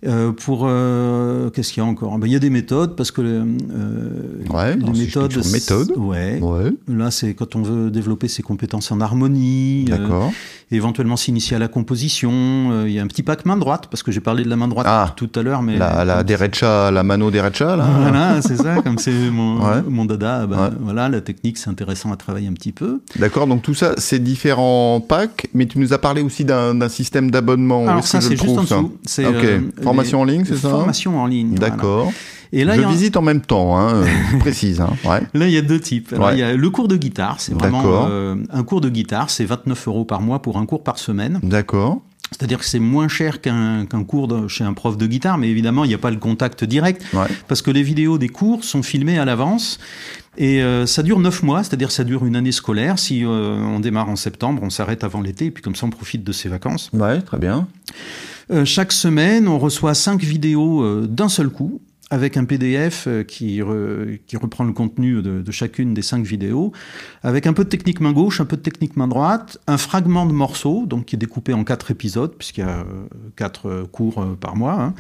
Euh, pour euh, qu'est-ce qu'il y a encore? Ben, il y a des méthodes parce que euh, ouais, les méthodes, sur méthode. Ouais. ouais. Là, c'est quand on veut développer ses compétences en harmonie. D'accord. Euh, éventuellement s'initier à la composition. Euh, il y a un petit pack main droite parce que j'ai parlé de la main droite ah, tout à l'heure, mais la, la derecha, la mano derecha, là. Voilà, c'est ça. Comme c'est mon, ouais. mon dada, ben, ouais. voilà, la technique, c'est intéressant à travailler un petit peu. D'accord. Donc tout ça, c'est différents packs, mais tu nous as parlé aussi d'un, d'un système d'abonnement. Alors Où est-ce ça, que je c'est le juste trouve, en dessous. C'est, ok. euh, formation les... en ligne, c'est ça? Formation en ligne. D'accord. Voilà. Et là, je il y a visite un... en même temps, hein, je précise. Hein, ouais. Là, il y a deux types. Alors, ouais. il y a le cours de guitare, c'est vraiment euh, un cours de guitare, c'est vingt-neuf euros par mois pour un cours par semaine. D'accord. C'est-à-dire que c'est moins cher qu'un, qu'un cours de, chez un prof de guitare, mais évidemment, il n'y a pas le contact direct, ouais. parce que les vidéos des cours sont filmées à l'avance. Et euh, ça dure neuf mois, c'est-à-dire ça dure une année scolaire. Si euh, on démarre en septembre, on s'arrête avant l'été, et puis comme ça, on profite de ses vacances. Ouais, très bien. Euh, chaque semaine, on reçoit cinq vidéos euh, d'un seul coup, avec un P D F qui, re, qui reprend le contenu de, de chacune des cinq vidéos, avec un peu de technique main gauche, un peu de technique main droite, un fragment de morceau, donc qui est découpé en quatre épisodes, puisqu'il y a euh, quatre euh, cours euh, par mois, hein.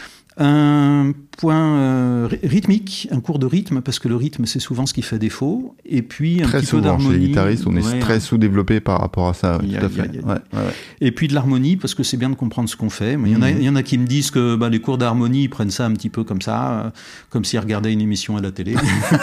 Un point euh, rythmique, un cours de rythme, parce que le rythme, c'est souvent ce qui fait défaut. Et puis, un très petit souvent, peu d'harmonie. Chez les guitaristes, on est ouais, très sous-développé par rapport à ça. Il y a, tout à il y a, fait. il y a, ouais, ouais, ouais. Et puis de l'harmonie, parce que c'est bien de comprendre ce qu'on fait. Mais il y en a, il y en a qui me disent que bah, les cours d'harmonie, ils prennent ça un petit peu comme ça, euh, comme s'ils regardaient une émission à la télé.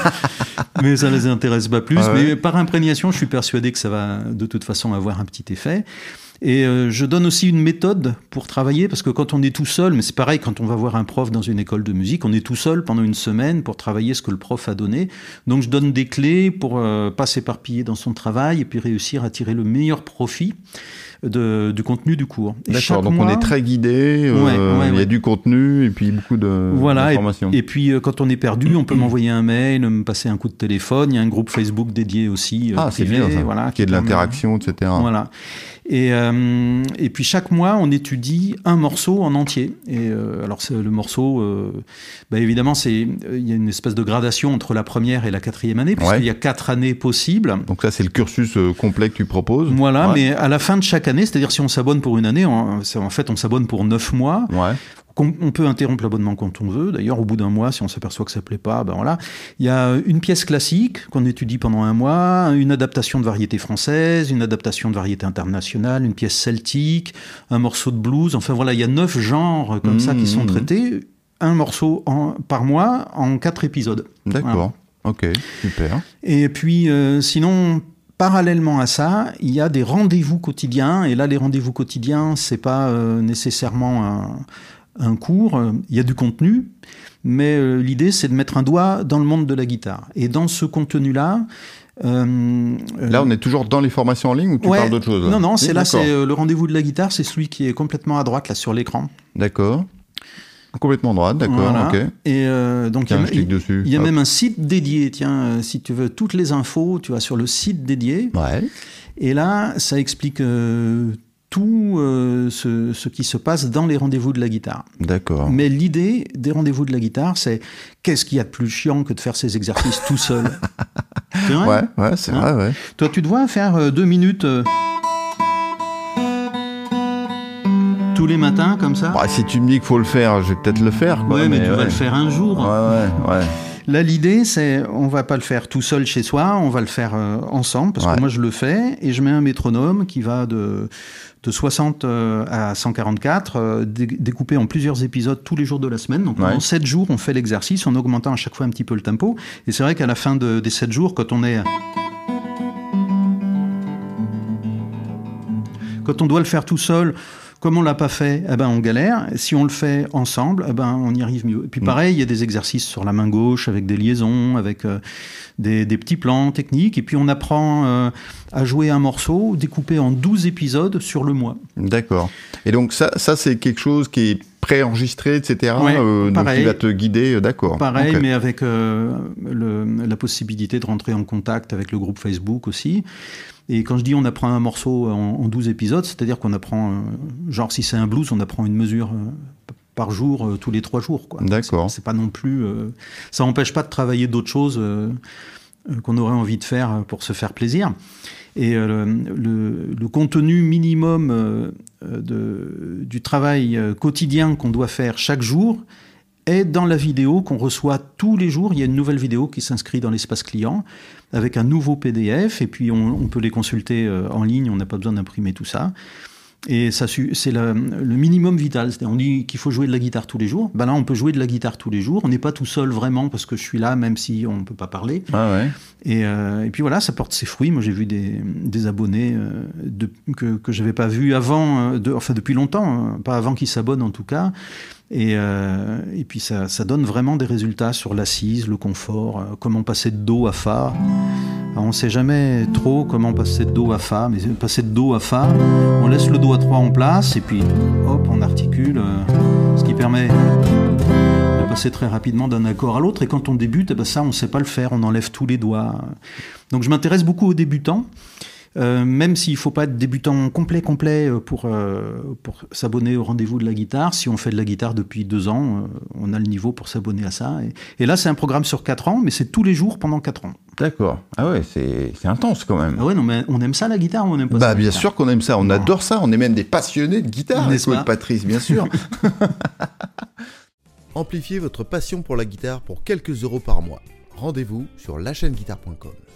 Mais ça les intéresse pas plus. Ah ouais. Mais par imprégnation, je suis persuadé que ça va de toute façon avoir un petit effet. Et euh, je donne aussi une méthode pour travailler, parce que quand on est tout seul, mais c'est pareil quand on va voir un prof dans une école de musique, on est tout seul pendant une semaine pour travailler ce que le prof a donné. Donc je donne des clés pour euh, pas s'éparpiller dans son travail et puis réussir à tirer le meilleur profit de, du contenu du cours. Et D'accord, donc mois, on est très guidé, euh, ouais, ouais, il y a ouais. du contenu et puis beaucoup de, voilà, d'informations. Et, et puis euh, quand on est perdu, on peut m'envoyer un mail, me passer un coup de téléphone, il y a un groupe Facebook dédié aussi. Euh, ah, privé, c'est bien ça, voilà, qui est de l'interaction, et cetera. Voilà. Et, euh, et puis chaque mois, on étudie un morceau en entier. Et euh, alors c'est, le morceau, euh, bah évidemment, c'est il y a une espèce de gradation entre la première et la quatrième année, puisqu'il ouais. y a quatre années possibles. Donc ça, c'est le cursus euh, complet que tu proposes. Voilà, ouais. mais à la fin de chaque année, c'est-à-dire si on s'abonne pour une année, on, en fait, on s'abonne pour neuf mois. Ouais. On peut interrompre l'abonnement quand on veut. D'ailleurs, au bout d'un mois, si on s'aperçoit que ça plaît pas, ben voilà. Il y a une pièce classique qu'on étudie pendant un mois, une adaptation de variété française, une adaptation de variété internationale, une pièce celtique, un morceau de blues. Enfin voilà, il y a neuf genres comme mmh, ça qui sont traités. Un morceau en, par mois en quatre épisodes. D'accord. Voilà. Ok, super. Et puis, euh, sinon... Parallèlement à ça, il y a des rendez-vous quotidiens. Et là, les rendez-vous quotidiens, c'est pas euh, nécessairement un, un cours. Il y a du contenu, mais euh, l'idée, c'est de mettre un doigt dans le monde de la guitare. Et dans ce contenu-là... Euh, là, on est toujours dans les formations en ligne ou tu ouais, parles d'autre chose? Non, non, c'est oui, là, d'accord. c'est euh, le rendez-vous de la guitare, c'est celui qui est complètement à droite, là, sur l'écran. D'accord. Complètement droite, d'accord, voilà. ok. Et euh, donc, tiens, il y a, dessus. il y a même un site dédié. Tiens, euh, si tu veux toutes les infos, tu vas sur le site dédié. Ouais. Et là, ça explique euh, tout euh, ce, ce qui se passe dans les rendez-vous de la guitare. D'accord. Mais l'idée des rendez-vous de la guitare, c'est qu'est-ce qu'il y a de plus chiant que de faire ces exercices tout seul? C'est vrai? Ouais, ouais, c'est hein? vrai, ouais. Toi, tu te vois faire euh, deux minutes... Euh, tous les matins, comme ça? Bah, si tu me dis qu'il faut le faire, je vais peut-être le faire. Quoi, ouais, mais, mais tu ouais. vas le faire un jour. Ouais, ouais, ouais. Là, l'idée, c'est, on va pas le faire tout seul chez soi, on va le faire euh, ensemble, parce ouais. que moi, je le fais, et je mets un métronome qui va de, de soixante à cent quarante-quatre, euh, dé- découpé en plusieurs épisodes tous les jours de la semaine. Donc, pendant ouais. sept jours, on fait l'exercice en augmentant à chaque fois un petit peu le tempo. Et c'est vrai qu'à la fin de, des sept jours, quand on est... Quand on doit le faire tout seul... Comme on l'a pas fait, eh ben on galère. Si on le fait ensemble, eh ben on y arrive mieux. Et puis pareil, il y a des exercices sur la main gauche avec des liaisons, avec euh, des, des petits plans techniques. Et puis on apprend euh, à jouer un morceau découpé en douze épisodes sur le mois. D'accord. Et donc ça, ça c'est quelque chose qui est préenregistré, et cetera. Ouais, euh, donc il va te guider, d'accord. Pareil, okay. mais avec euh, le, la possibilité de rentrer en contact avec le groupe Facebook aussi. Et quand je dis on apprend un morceau en, en douze épisodes, c'est-à-dire qu'on apprend, euh, genre si c'est un blues, on apprend une mesure euh, par jour, euh, tous les trois jours. Quoi. D'accord. C'est, c'est pas non plus... Euh, ça n'empêche pas de travailler d'autres choses euh, euh, qu'on aurait envie de faire pour se faire plaisir. Et euh, le, le contenu minimum euh, de, du travail quotidien qu'on doit faire chaque jour est dans la vidéo qu'on reçoit tous les jours. Il y a une nouvelle vidéo qui s'inscrit dans l'espace client avec un nouveau P D F, et puis on, on peut les consulter euh, en ligne, on n'a pas besoin d'imprimer tout ça. Et ça, c'est le, le minimum vital. C'est-à-dire, on dit qu'il faut jouer de la guitare tous les jours. Ben là, on peut jouer de la guitare tous les jours. On n'est pas tout seul vraiment parce que je suis là, même si on ne peut pas parler. Ah ouais. Et, euh, et puis voilà, ça porte ses fruits. Moi, j'ai vu des, des abonnés euh, de, que, que je n'avais pas vus avant, euh, de, enfin depuis longtemps, hein, pas avant qu'ils s'abonnent en tout cas. Et, euh, et puis ça, ça donne vraiment des résultats sur l'assise, le confort, euh, comment passer de Do à Fa. Alors, on ne sait jamais trop comment passer de Do à Fa, mais passer de Do à Fa, on laisse le Do à trois en place et puis hop, on articule, euh, ce qui permet de passer très rapidement d'un accord à l'autre. Et quand on débute, eh ben ça, on ne sait pas le faire, on enlève tous les doigts. Donc je m'intéresse beaucoup aux débutants. Euh, même s'il ne faut pas être débutant complet complet pour, euh, pour s'abonner au rendez-vous de la guitare. Si on fait de la guitare depuis deux ans, euh, on a le niveau pour s'abonner à ça. Et, et là, c'est un programme sur quatre ans, mais c'est tous les jours pendant quatre ans. D'accord. Ah ouais, c'est, c'est intense quand même. Ah ouais, non, mais on aime ça la guitare ou on n'aime pas bah, ça? Bah bien sûr qu'on aime ça, on adore ça, on est même des passionnés de guitare, écoute, Patrice, bien sûr. Amplifiez votre passion pour la guitare pour quelques euros par mois. Rendez-vous sur la chaîne guitare point com.